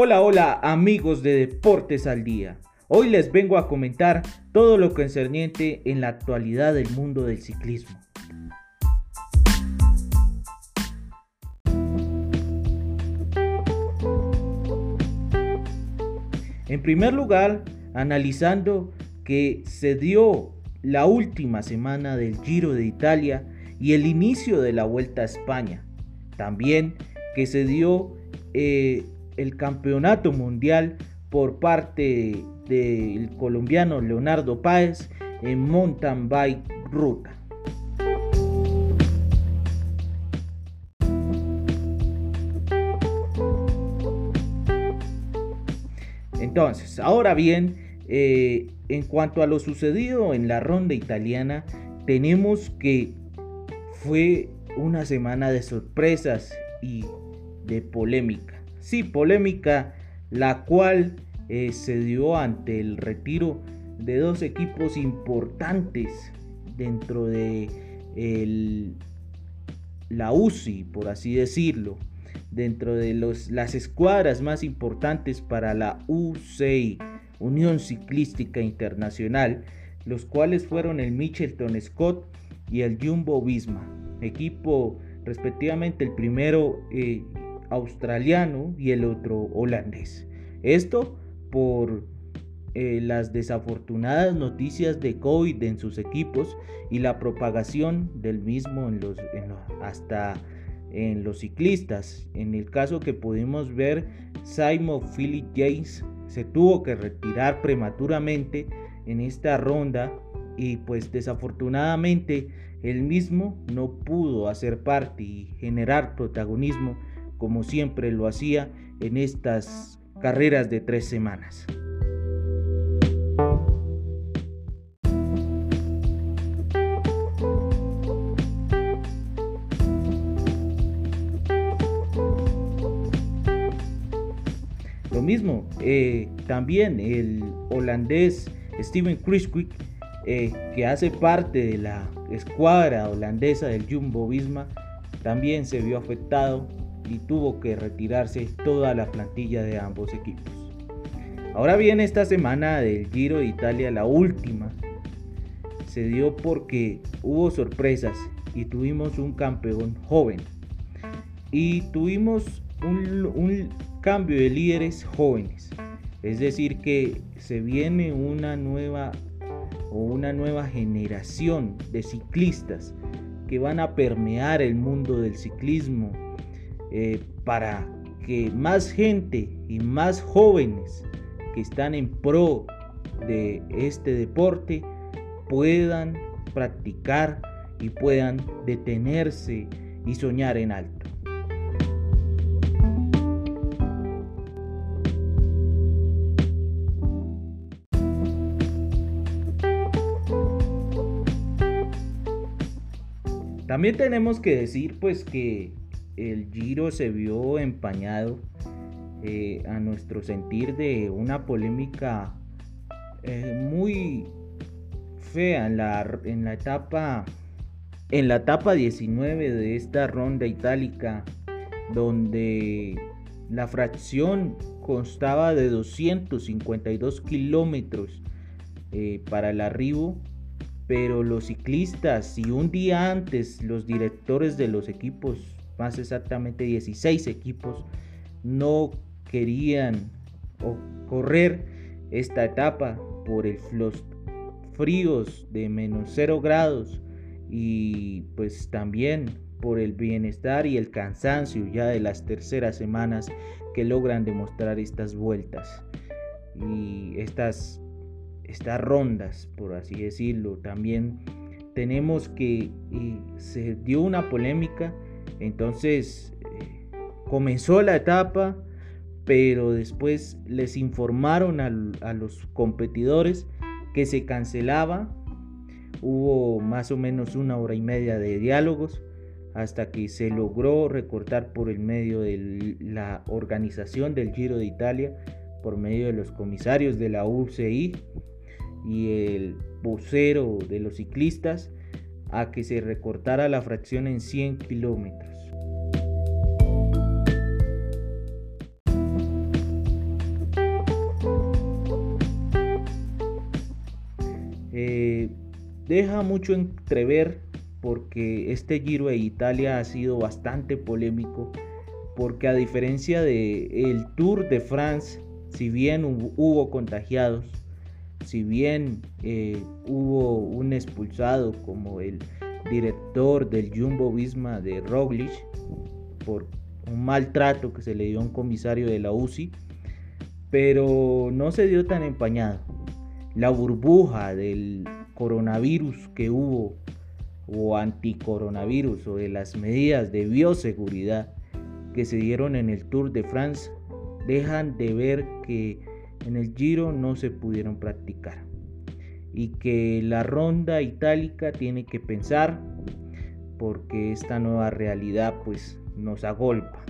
Hola, hola amigos de Deportes al Día. Hoy les vengo a comentar todo lo concerniente en la actualidad del mundo del ciclismo. En primer lugar, analizando que se dio la última semana del Giro de Italia y el inicio de la Vuelta a España. También que se dio el campeonato mundial por parte del colombiano Leonardo Páez en mountain bike ruta. Entonces, ahora bien, en cuanto a lo sucedido en la ronda italiana, tenemos que fue una semana de sorpresas y de polémica. Sí, polémica, la cual se dio ante el retiro de dos equipos importantes dentro de la UCI, por así decirlo, dentro de las escuadras más importantes para la UCI, Unión Ciclística Internacional, los cuales fueron el Mitchelton Scott y el Jumbo Visma, equipo respectivamente el primero australiano y el otro holandés. Esto por las desafortunadas noticias de COVID en sus equipos y la propagación del mismo hasta en los ciclistas. En el caso que pudimos ver, Simon Philip Yates se tuvo que retirar prematuramente en esta ronda y pues desafortunadamente él mismo no pudo hacer parte y generar protagonismo como siempre lo hacía en estas carreras de 3 semanas. Lo mismo, también el holandés Steven Kruijswijk, que hace parte de la escuadra holandesa del Jumbo Visma, también se vio afectado y tuvo que retirarse toda la plantilla de ambos equipos. Ahora bien, esta semana del Giro de Italia, la última, se dio porque hubo sorpresas y tuvimos un campeón joven y tuvimos un cambio de líderes jóvenes, es decir que se viene una nueva generación de ciclistas que van a permear el mundo del ciclismo para que más gente y más jóvenes que están en pro de este deporte puedan practicar y puedan detenerse y soñar en alto. También tenemos que decir pues que el Giro se vio empañado a nuestro sentir de una polémica muy fea en la etapa 19 de esta ronda itálica, donde la fracción constaba de 252 kilómetros para el arribo, pero los ciclistas y un día antes los directores de los equipos, más exactamente 16 equipos, no querían correr esta etapa por los fríos de menos 0 grados y pues también por el bienestar y el cansancio ya de las terceras semanas que logran demostrar estas vueltas y estas rondas, por así decirlo. También tenemos que se dio una polémica, entonces comenzó la etapa, pero después les informaron a los competidores que se cancelaba. Hubo más o menos 1 hora y media de diálogos hasta que se logró recortar por el medio de la organización del Giro de Italia, por medio de los comisarios de la UCI y el vocero de los ciclistas, a que se recortara la fracción en 100 kilómetros. Deja mucho entrever porque este Giro de Italia ha sido bastante polémico, porque a diferencia del Tour de France, si bien hubo contagiados, si bien hubo un expulsado como el director del Jumbo Visma de Roglic por un maltrato que se le dio a un comisario de la UCI, pero no se dio tan empañado. La burbuja del coronavirus que hubo, o anticoronavirus, o de las medidas de bioseguridad que se dieron en el Tour de France, dejan de ver que en el Giro no se pudieron practicar y que la ronda itálica tiene que pensar, porque esta nueva realidad pues nos agolpa.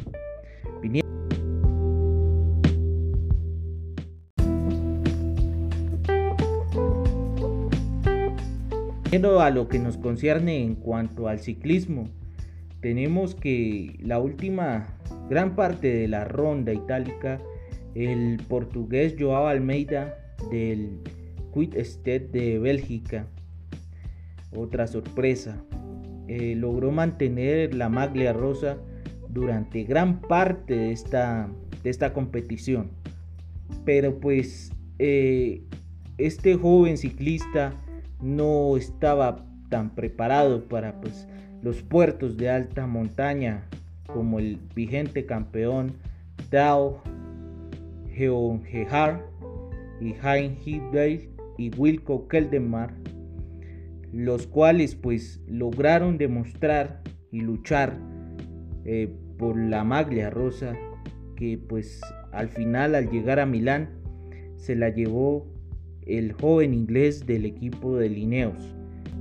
Viniendo a lo que nos concierne en cuanto al ciclismo, tenemos que la última gran parte de la ronda itálica, el portugués Joao Almeida del Quick-Step de Bélgica, otra sorpresa, logró mantener la maglia rosa durante gran parte de esta competición, pero pues este joven ciclista no estaba tan preparado para los puertos de alta montaña como el vigente campeón Tao Geoghegan y Hein Hindley y Wilco Kelderman, los cuales pues lograron demostrar y luchar por la maglia rosa, que pues al final, al llegar a Milán, se la llevó el joven inglés del equipo de Ineos.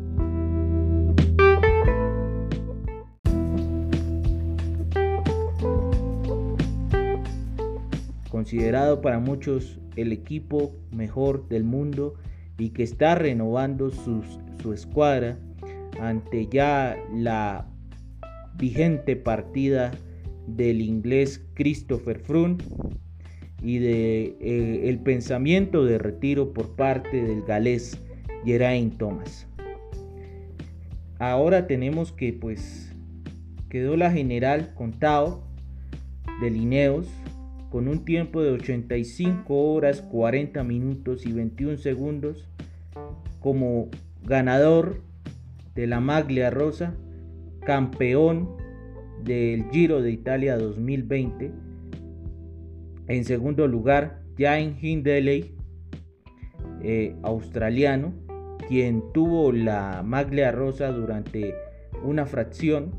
Considerado para muchos el equipo mejor del mundo y que está renovando su escuadra ante ya la vigente partida del inglés Christopher Froome y de el pensamiento de retiro por parte del galés Geraint Thomas. Ahora tenemos que pues quedó la general con Tao de Ineos con un tiempo de 85 horas 40 minutos y 21 segundos como ganador de la maglia rosa, campeón del Giro de Italia 2020. En segundo lugar, Hein Hindley, australiano, quien tuvo la maglia rosa durante una fracción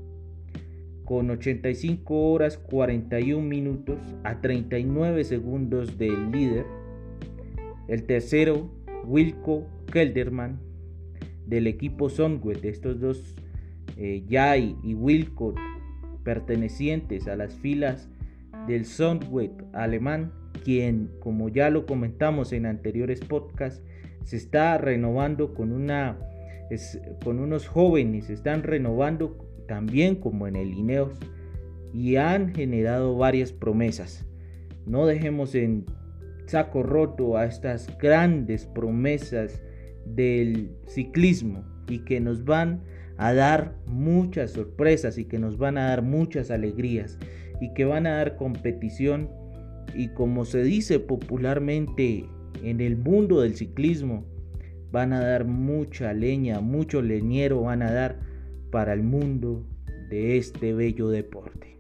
con 85 horas 41 minutos a 39 segundos del líder. El tercero, Wilco Kelderman, del equipo Sunweb. Estos dos, Jai y Wilco, pertenecientes a las filas del Sunweb alemán, quien, como ya lo comentamos en anteriores podcasts, se está renovando con unos jóvenes, se están renovando también como en el Ineos, y han generado varias promesas. No dejemos en saco roto a estas grandes promesas del ciclismo, y que nos van a dar muchas sorpresas y que nos van a dar muchas alegrías y que van a dar competición, y como se dice popularmente en el mundo del ciclismo, van a dar mucha leña, mucho leñero van a dar para el mundo de este bello deporte.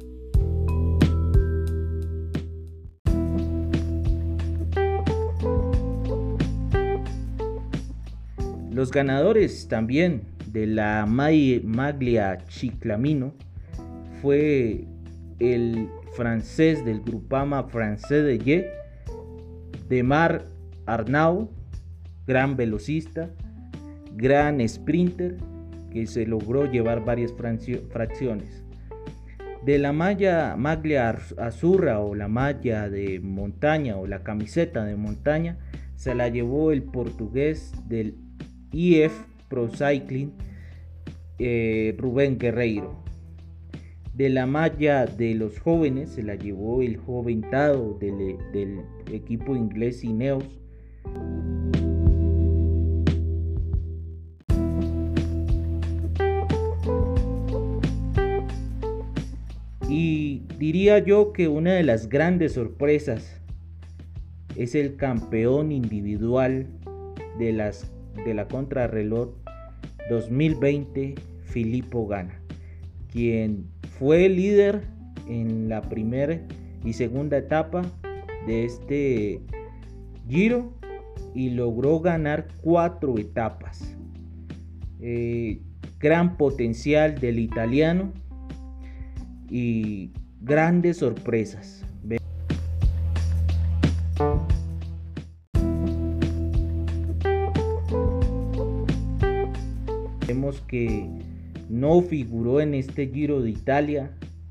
Los ganadores también de la maglia Ciclamino fue el francés del Groupama Français de Ye, Demar Arnaud, gran velocista, gran sprinter, que se logró llevar varias fracciones. De la maglia azurra, o la malla de montaña, o la camiseta de montaña, se la llevó el portugués del IF Pro Cycling, Rubén Guerreiro. De la malla de los jóvenes se la llevó el joven Tao del equipo inglés Ineos. diría yo que una de las grandes sorpresas es el campeón individual de la contrarreloj 2020, Filippo Ganna, quien fue líder en la primera y segunda etapa de este Giro y logró ganar 4 etapas. Gran potencial del italiano y grandes sorpresas. Vemos que no figuró en este Giro de Italia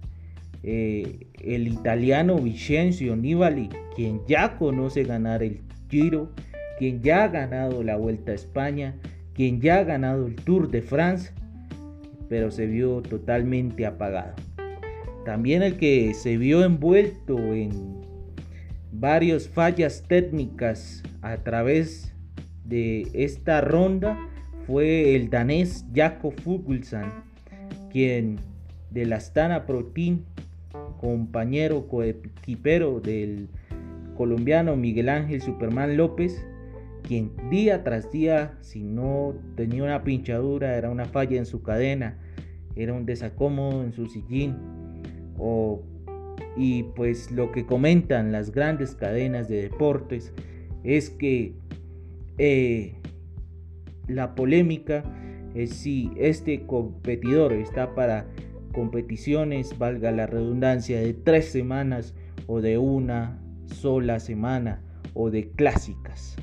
el italiano Vincenzo Nibali, quien ya conoce ganar el Giro, quien ya ha ganado la Vuelta a España, quien ya ha ganado el Tour de France, pero se vio totalmente apagado. También el que se vio envuelto en varias fallas técnicas a través de esta ronda fue el danés Jakob Fuglsang, quien de la Astana Pro Team, compañero coequipero del colombiano Miguel Ángel Superman López, quien día tras día, si no tenía una pinchadura, era una falla en su cadena, era un desacomodo en su sillín, y pues lo que comentan las grandes cadenas de deportes es que la polémica es si este competidor está para competiciones, valga la redundancia, de 3 semanas o de una sola semana o de clásicas.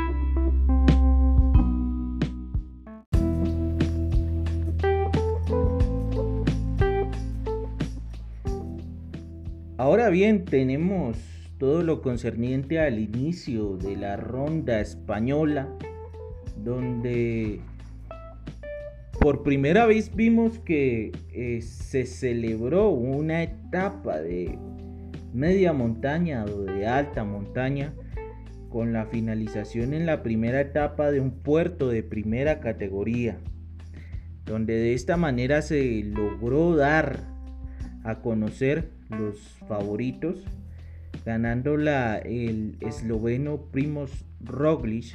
Ahora bien, tenemos todo lo concerniente al inicio de la ronda española, donde por primera vez vimos que se celebró una etapa de media montaña o de alta montaña, con la finalización en la primera etapa de un puerto de primera categoría, donde de esta manera se logró dar a conocer los favoritos, ganando el esloveno Primož Roglič,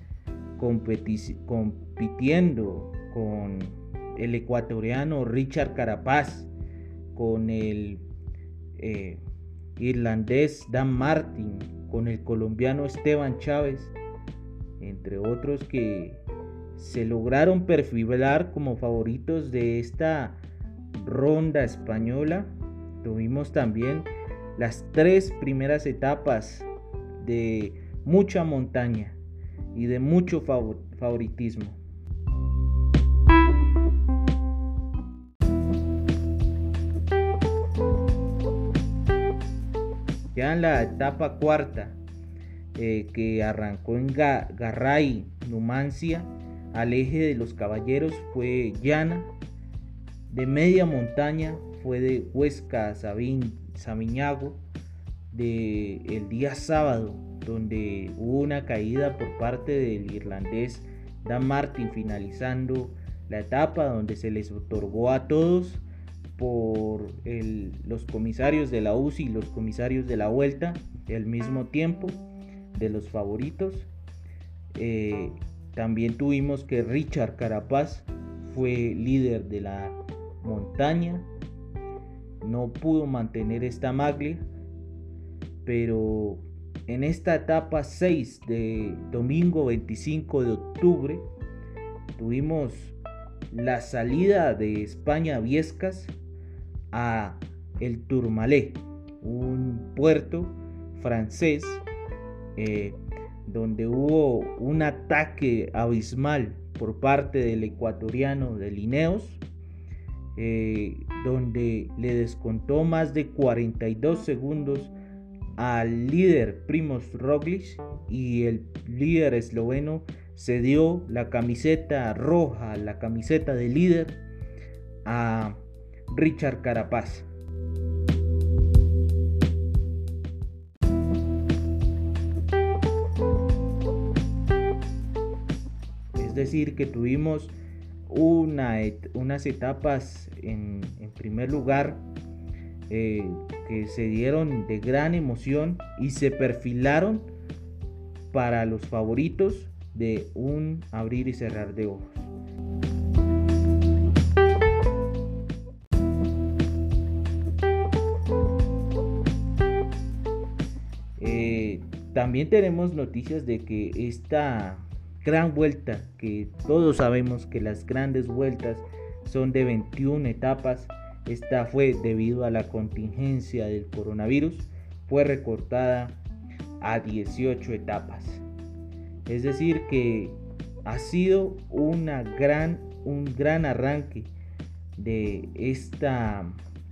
compitiendo con el ecuatoriano Richard Carapaz, con el irlandés Dan Martin, con el colombiano Esteban Chávez, entre otros que se lograron perfilar como favoritos de esta ronda española. Tuvimos también las 3 primeras etapas de mucha montaña y de mucho favoritismo. Ya en la etapa cuarta, que arrancó en Garray, Numancia, al eje de los caballeros fue llana. De media montaña fue de Huesca a Samiñago el día sábado, donde hubo una caída por parte del irlandés Dan Martin, finalizando la etapa, donde se les otorgó a todos por los comisarios de la UCI y los comisarios de la Vuelta al mismo tiempo de los favoritos. También tuvimos que Richard Carapaz fue líder de la montaña, no pudo mantener esta maglia, pero en esta etapa 6 de domingo 25 de octubre tuvimos la salida de España Viescas a el Tourmalet, un puerto francés donde hubo un ataque abismal por parte del ecuatoriano de Ineos, donde le descontó más de 42 segundos al líder Primož Roglič, y el líder esloveno cedió la camiseta roja, la camiseta de líder, a Richard Carapaz. Es decir, que tuvimos unas etapas en primer lugar que se dieron de gran emoción y se perfilaron para los favoritos de un abrir y cerrar de ojos. También tenemos noticias de que esta gran vuelta, que todos sabemos que las grandes vueltas son de 21 etapas, esta fue debido a la contingencia del coronavirus, fue recortada a 18 etapas. Es decir que ha sido un gran arranque de estas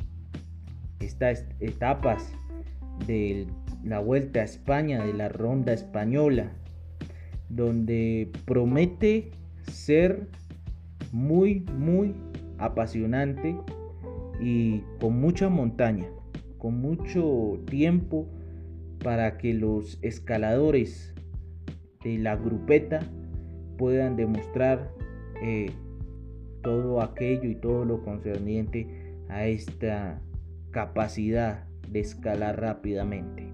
etapas de la Vuelta a España, de la Ronda Española, donde promete ser muy apasionante y con mucha montaña, con mucho tiempo para que los escaladores de la grupeta puedan demostrar todo aquello y todo lo concerniente a esta capacidad de escalar rápidamente.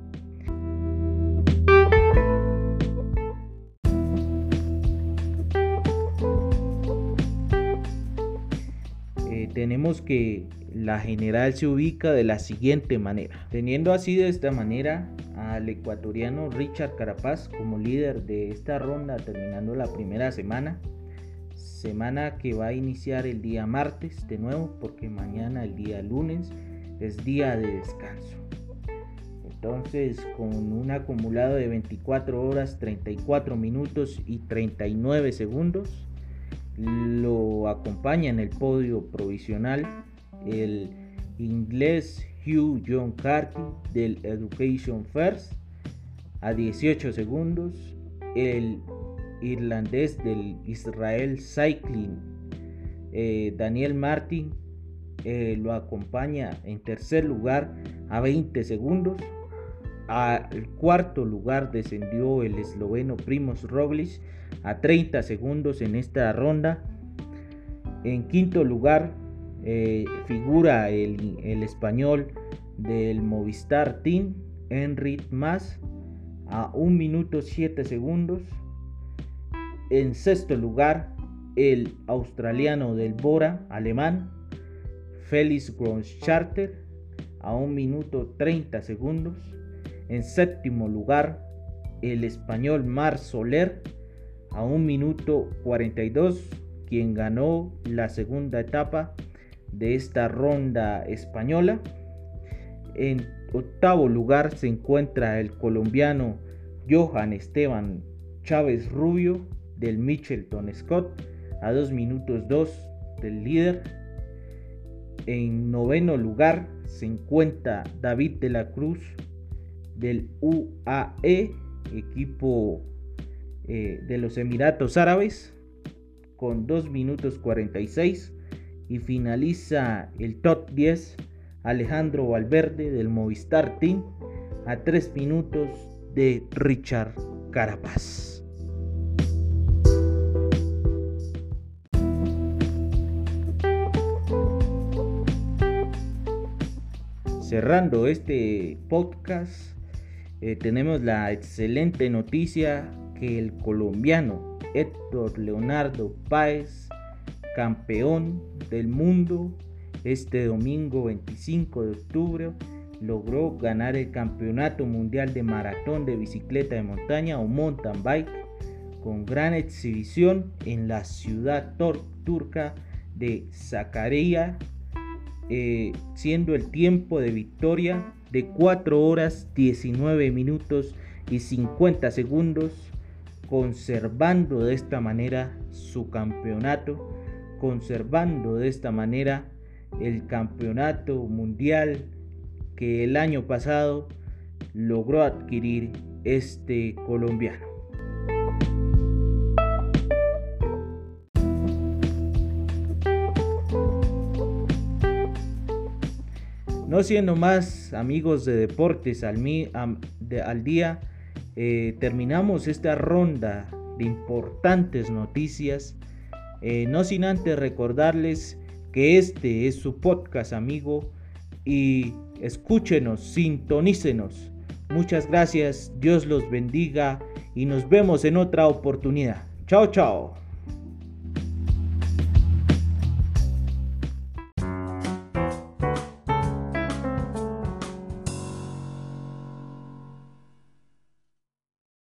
Tenemos que la general se ubica de la siguiente manera, teniendo así de esta manera al ecuatoriano Richard Carapaz como líder de esta ronda, terminando la primera semana que va a iniciar el día martes de nuevo, porque mañana, el día lunes, es día de descanso. Entonces, con un acumulado de 24 horas 34 minutos y 39 segundos, lo acompaña en el podio provisional el inglés Hugh John Carty del Education First a 18 segundos, el irlandés del Israel Cycling Daniel Martin lo acompaña en tercer lugar a 20 segundos. Al cuarto lugar descendió el esloveno Primož Roglič a 30 segundos en esta ronda. En quinto lugar figura el español del Movistar Team, Enric Mas, a 1 minuto 7 segundos. En sexto lugar, el australiano del Bora, alemán, Felix Großscharter, a 1 minuto 30 segundos. En séptimo lugar, el español Marc Soler, a 1 minuto 42, quien ganó la segunda etapa de esta ronda española. En octavo lugar se encuentra el colombiano Johan Esteban Chávez Rubio del Mitchelton Scott, a 2 minutos 2 del líder. En noveno lugar se encuentra David de la Cruz del UAE, equipo de los Emiratos Árabes, con 2 minutos 46. Y finaliza el top 10 Alejandro Valverde del Movistar Team, a 3 minutos de Richard Carapaz. Cerrando este podcast, tenemos la excelente noticia que el colombiano Héctor Leonardo Páez, campeón del mundo, este domingo 25 de octubre logró ganar el campeonato mundial de maratón de bicicleta de montaña o mountain bike con gran exhibición en la ciudad turca de Sakarya, siendo el tiempo de victoria de 4 horas 19 minutos y 50 segundos, conservando de esta manera su campeonato, conservando de esta manera el campeonato mundial que el año pasado logró adquirir este colombiano. No siendo más, amigos de Deportes al Día, terminamos esta ronda de importantes noticias, no sin antes recordarles que este es su podcast amigo y escúchenos, sintonícenos. Muchas gracias, Dios los bendiga y nos vemos en otra oportunidad. Chao, chao.